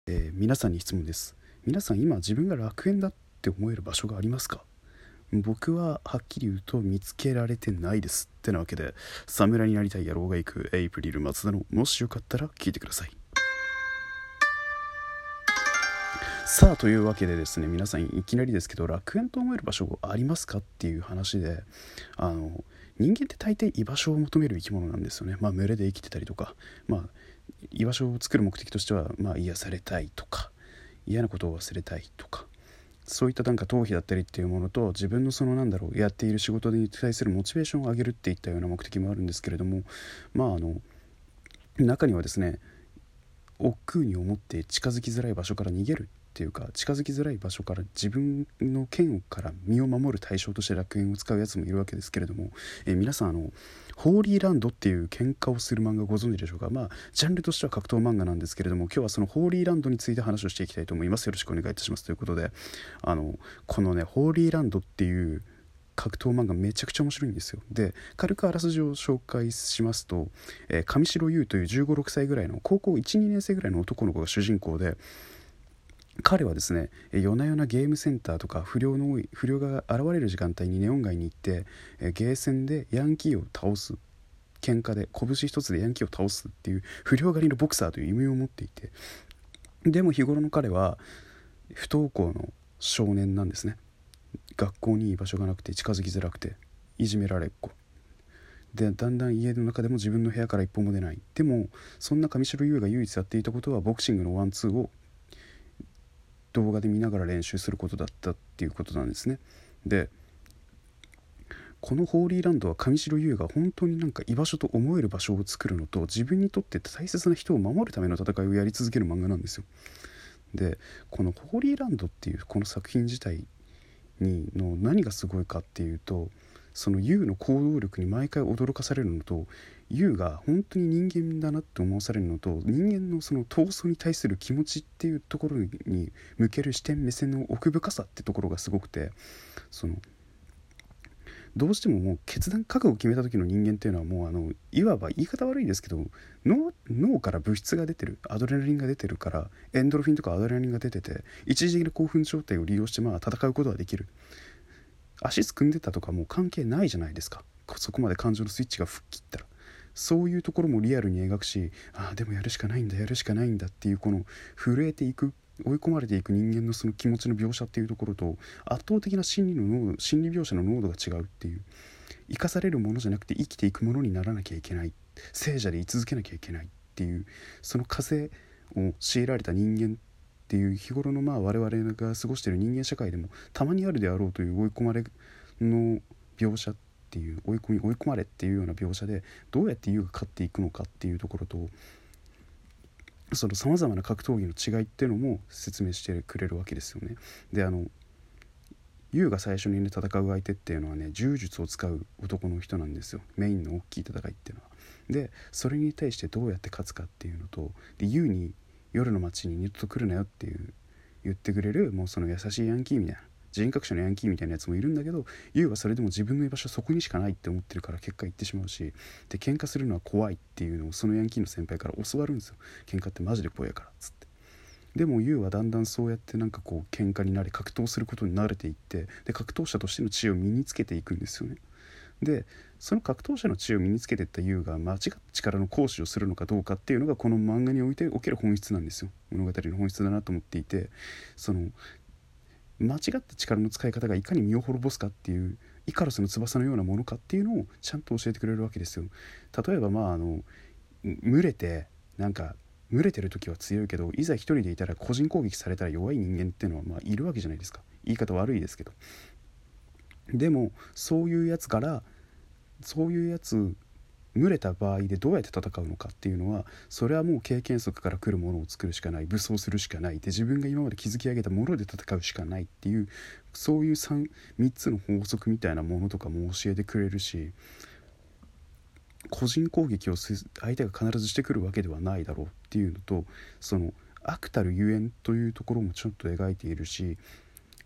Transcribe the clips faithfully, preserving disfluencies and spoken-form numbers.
えー皆さんに質問です。皆さん今自分が楽園だって思える場所がありますか？僕ははっきり言うと見つけられてないですってなわけで、侍になりたい野郎が行くエイプリル松田のもしよかったら聞いてください。さあというわけでですね、皆さんいきなりですけど、楽園と思える場所ありますかっていう話で、あの人間って大抵居場所を求める生き物なんですよね。まあ群れで生きてたりとか、まあ居場所を作る目的としては、まあ癒されたいとか嫌なことを忘れたいとか、そういったなんか逃避だったりっていうものと、自分のそのなんだろうやっている仕事に対するモチベーションを上げるっていったような目的もあるんですけれども、まああの中にはですね、億劫に思って近づきづらい場所から逃げるっていうか、近づきづらい場所から自分の剣から身を守る対象として楽園を使うやつもいるわけですけれども、えー皆さんあのホーリーランドっていう喧嘩をする漫画ご存知でしょうか？まあジャンルとしては格闘漫画なんですけれども、今日はそのホーリーランドについて話をしていきたいと思います。よろしくお願いいたします。ということで、あのこのねホーリーランドっていう格闘漫画めちゃくちゃ面白いんですよ。で軽くあらすじを紹介しますと、えー上白優というじゅうご、ろくさいぐらいの高校いち、にねん生ぐらいの男の子が主人公で、彼はですね夜な夜なゲームセンターとか不良の多い不良が現れる時間帯にネオン街に行って、えーゲーセンでヤンキーを倒す、喧嘩で拳一つでヤンキーを倒すっていう不良狩りのボクサーという夢を持っていて、でも日頃の彼は不登校の少年なんですね。学校に居場所がなくて近づきづらくていじめられっ子で、だんだん家の中でも自分の部屋から一歩も出ない。でもそんな上白優が唯一やっていたことはボクシングのワンツーを動画で見ながら練習することだったっていうことなんですね。でこのホーリーランドは上白優が本当になんか居場所と思える場所を作るのと、自分にとって大切な人を守るための戦いをやり続ける漫画なんですよ。でこのホーリーランドっていうこの作品自体にの何がすごいかっていうと、そのユウの行動力に毎回驚かされるのと、ユウが本当に人間だなって思わされるのと、人間のその闘争に対する気持ちっていうところに向ける視点目線の奥深さってところがすごくて、そのどうしてももう決断覚悟を決めた時の人間っていうのはもうあのいわば言い方悪いですけど、脳脳から物質が出てる、アドレナリンが出てるから、エンドルフィンとかアドレナリンが出てて、一時的な興奮状態を利用してまあ戦うことができる。足すくんでたとかもう関係ないじゃないですか、そこまで感情のスイッチが吹っ切ったら。そういうところもリアルに描くし、ああでもやるしかないんだやるしかないんだっていう、この震えていく、追い込まれていく人間のその気持ちの描写っていうところと、圧倒的な心理の濃度心理描写の濃度が違うっていう、生かされるものじゃなくて生きていくものにならなきゃいけない、聖者で居続けなきゃいけないっていう、その風を強いられた人間っていう日頃のまあ我々が過ごしている人間社会でもたまにあるであろうという追い込まれの描写っていう、追い込み追い込まれっていうような描写で、どうやって優が勝っていくのかっていうところと、そのさまざまな格闘技の違いっていうのも説明してくれるわけですよね。であの優が最初にね戦う相手っていうのはね、柔術を使う男の人なんですよ、メインの大きい戦いっていうのは。でそれに対してどうやって勝つかっていうのと、で優に夜の街に二度と来るなよっていう言ってくれる、もうその優しいヤンキーみたいな、人格者のヤンキーみたいなやつもいるんだけど、優はそれでも自分の居場所そこにしかないって思ってるから結果行ってしまうし、で喧嘩するのは怖いっていうのをそのヤンキーの先輩から教わるんですよ。喧嘩ってマジで怖いからっつって。でもユウはだんだんそうやってなんかこう喧嘩になり格闘することに慣れていって、で格闘者としての知恵を身につけていくんですよね。でその格闘者の知恵を身につけていったユウが間違った力の行使をするのかどうかっていうのがこの漫画においておける本質なんですよ。物語の本質だなと思っていて、その間違った力の使い方がいかに身を滅ぼすかっていう、イカロスの翼のようなものかっていうのをちゃんと教えてくれるわけですよ。例えばまああの群れてなんか群れてる時は強いけど、いざ一人でいたら個人攻撃されたら弱い人間っていうのはまあいるわけじゃないですか。言い方悪いですけど、でもそういうやつからそういうやつ群れた場合でどうやって戦うのかっていうのは、それはもう経験則から来るものを作るしかない、武装するしかないで、自分が今まで築き上げたもので戦うしかないっていう、そういう 3, 3つの法則みたいなものとかも教えてくれるし、個人攻撃を相手が必ずしてくるわけではないだろうっていうのと、その悪たるゆえんというところもちょっと描いているし、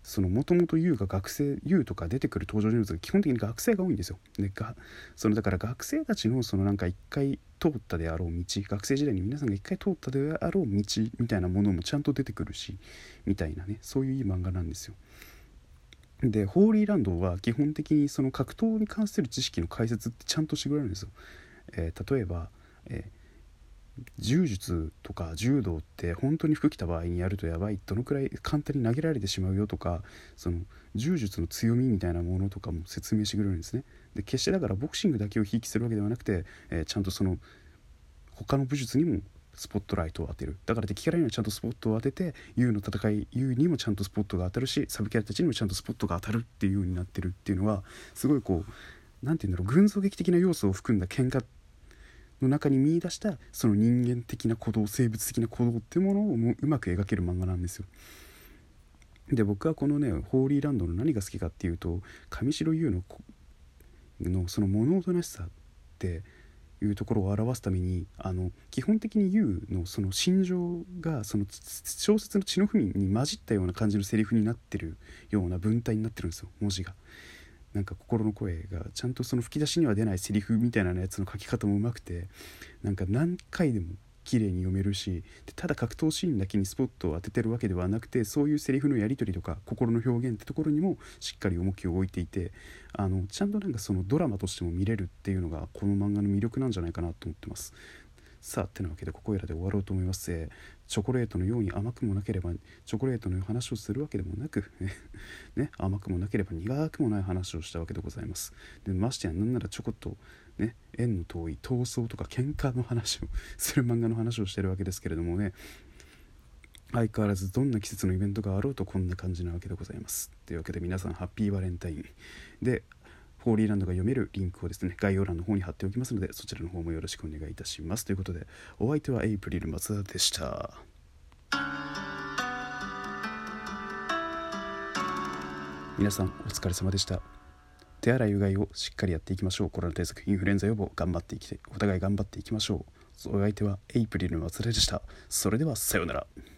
そのもともと ユー が学生 ユー とか出てくる登場人物が基本的に学生が多いんですよ。でがそのだから学生たちのそのなんか一回通ったであろう道、学生時代に皆さんが一回通ったであろう道みたいなものもちゃんと出てくるしみたいなね、そういういい漫画なんですよ。でホーリーランドは基本的にその格闘に関する知識の解説ってちゃんとしてくれるんですよ。えー、例えば、えー柔術とか柔道って本当に服着た場合にやるとやばい、どのくらい簡単に投げられてしまうよとか、その柔術の強みみたいなものとかも説明してくれるんですね。で決してだからボクシングだけをひいきするわけではなくて、えー、ちゃんとその他の武術にもスポットライトを当てる。だから敵キャラにはちゃんとスポットを当てて ユー の戦い ユー にもちゃんとスポットが当たるし、サブキャラたちにもちゃんとスポットが当たるっていうようになってるっていうのはすごいこうなんていうんだろう、群像劇的な要素を含んだ喧嘩の中に見出したその人間的な鼓動、生物的な鼓動っていうものをもううまく描ける漫画なんですよ。で僕はこのねホーリーランドの何が好きかっていうと、上白優ののその物音らしさっていうところを表すために、あの基本的に優のその心情がその小説の血の文に混じったような感じのセリフになってるような文体になってるんですよ、文字が。なんか心の声がちゃんとその吹き出しには出ないセリフみたいなやつの書き方もうまくて、なんか何回でも綺麗に読めるし、でただ格闘シーンだけにスポットを当ててるわけではなくて、そういうセリフのやり取りとか心の表現ってところにもしっかり重きを置いていて、あのちゃんとなんかそのドラマとしても見れるっていうのがこの漫画の魅力なんじゃないかなと思ってます。さあてなわけでここいらで終わろうと思います。えー、チョコレートのように甘くもなければチョコレートの話をするわけでもなくね、甘くもなければ苦くもない話をしたわけでございます。でましてやなんならちょこっとね縁の遠い闘争とか喧嘩の話をする漫画の話をしてるわけですけれどもね、相変わらずどんな季節のイベントがあろうとこんな感じなわけでございます。というわけで皆さんハッピーバレンタインで、ホーリーランドが読めるリンクをですね概要欄の方に貼っておきますので、そちらの方もよろしくお願いいたします。ということでお相手はエイプリル松田でした。皆さんお疲れ様でした。手洗いうがいをしっかりやっていきましょう。コロナ対策、インフルエンザ予防頑張っていきてお互い頑張っていきましょう。お相手はエイプリル松田でした。それではさようなら。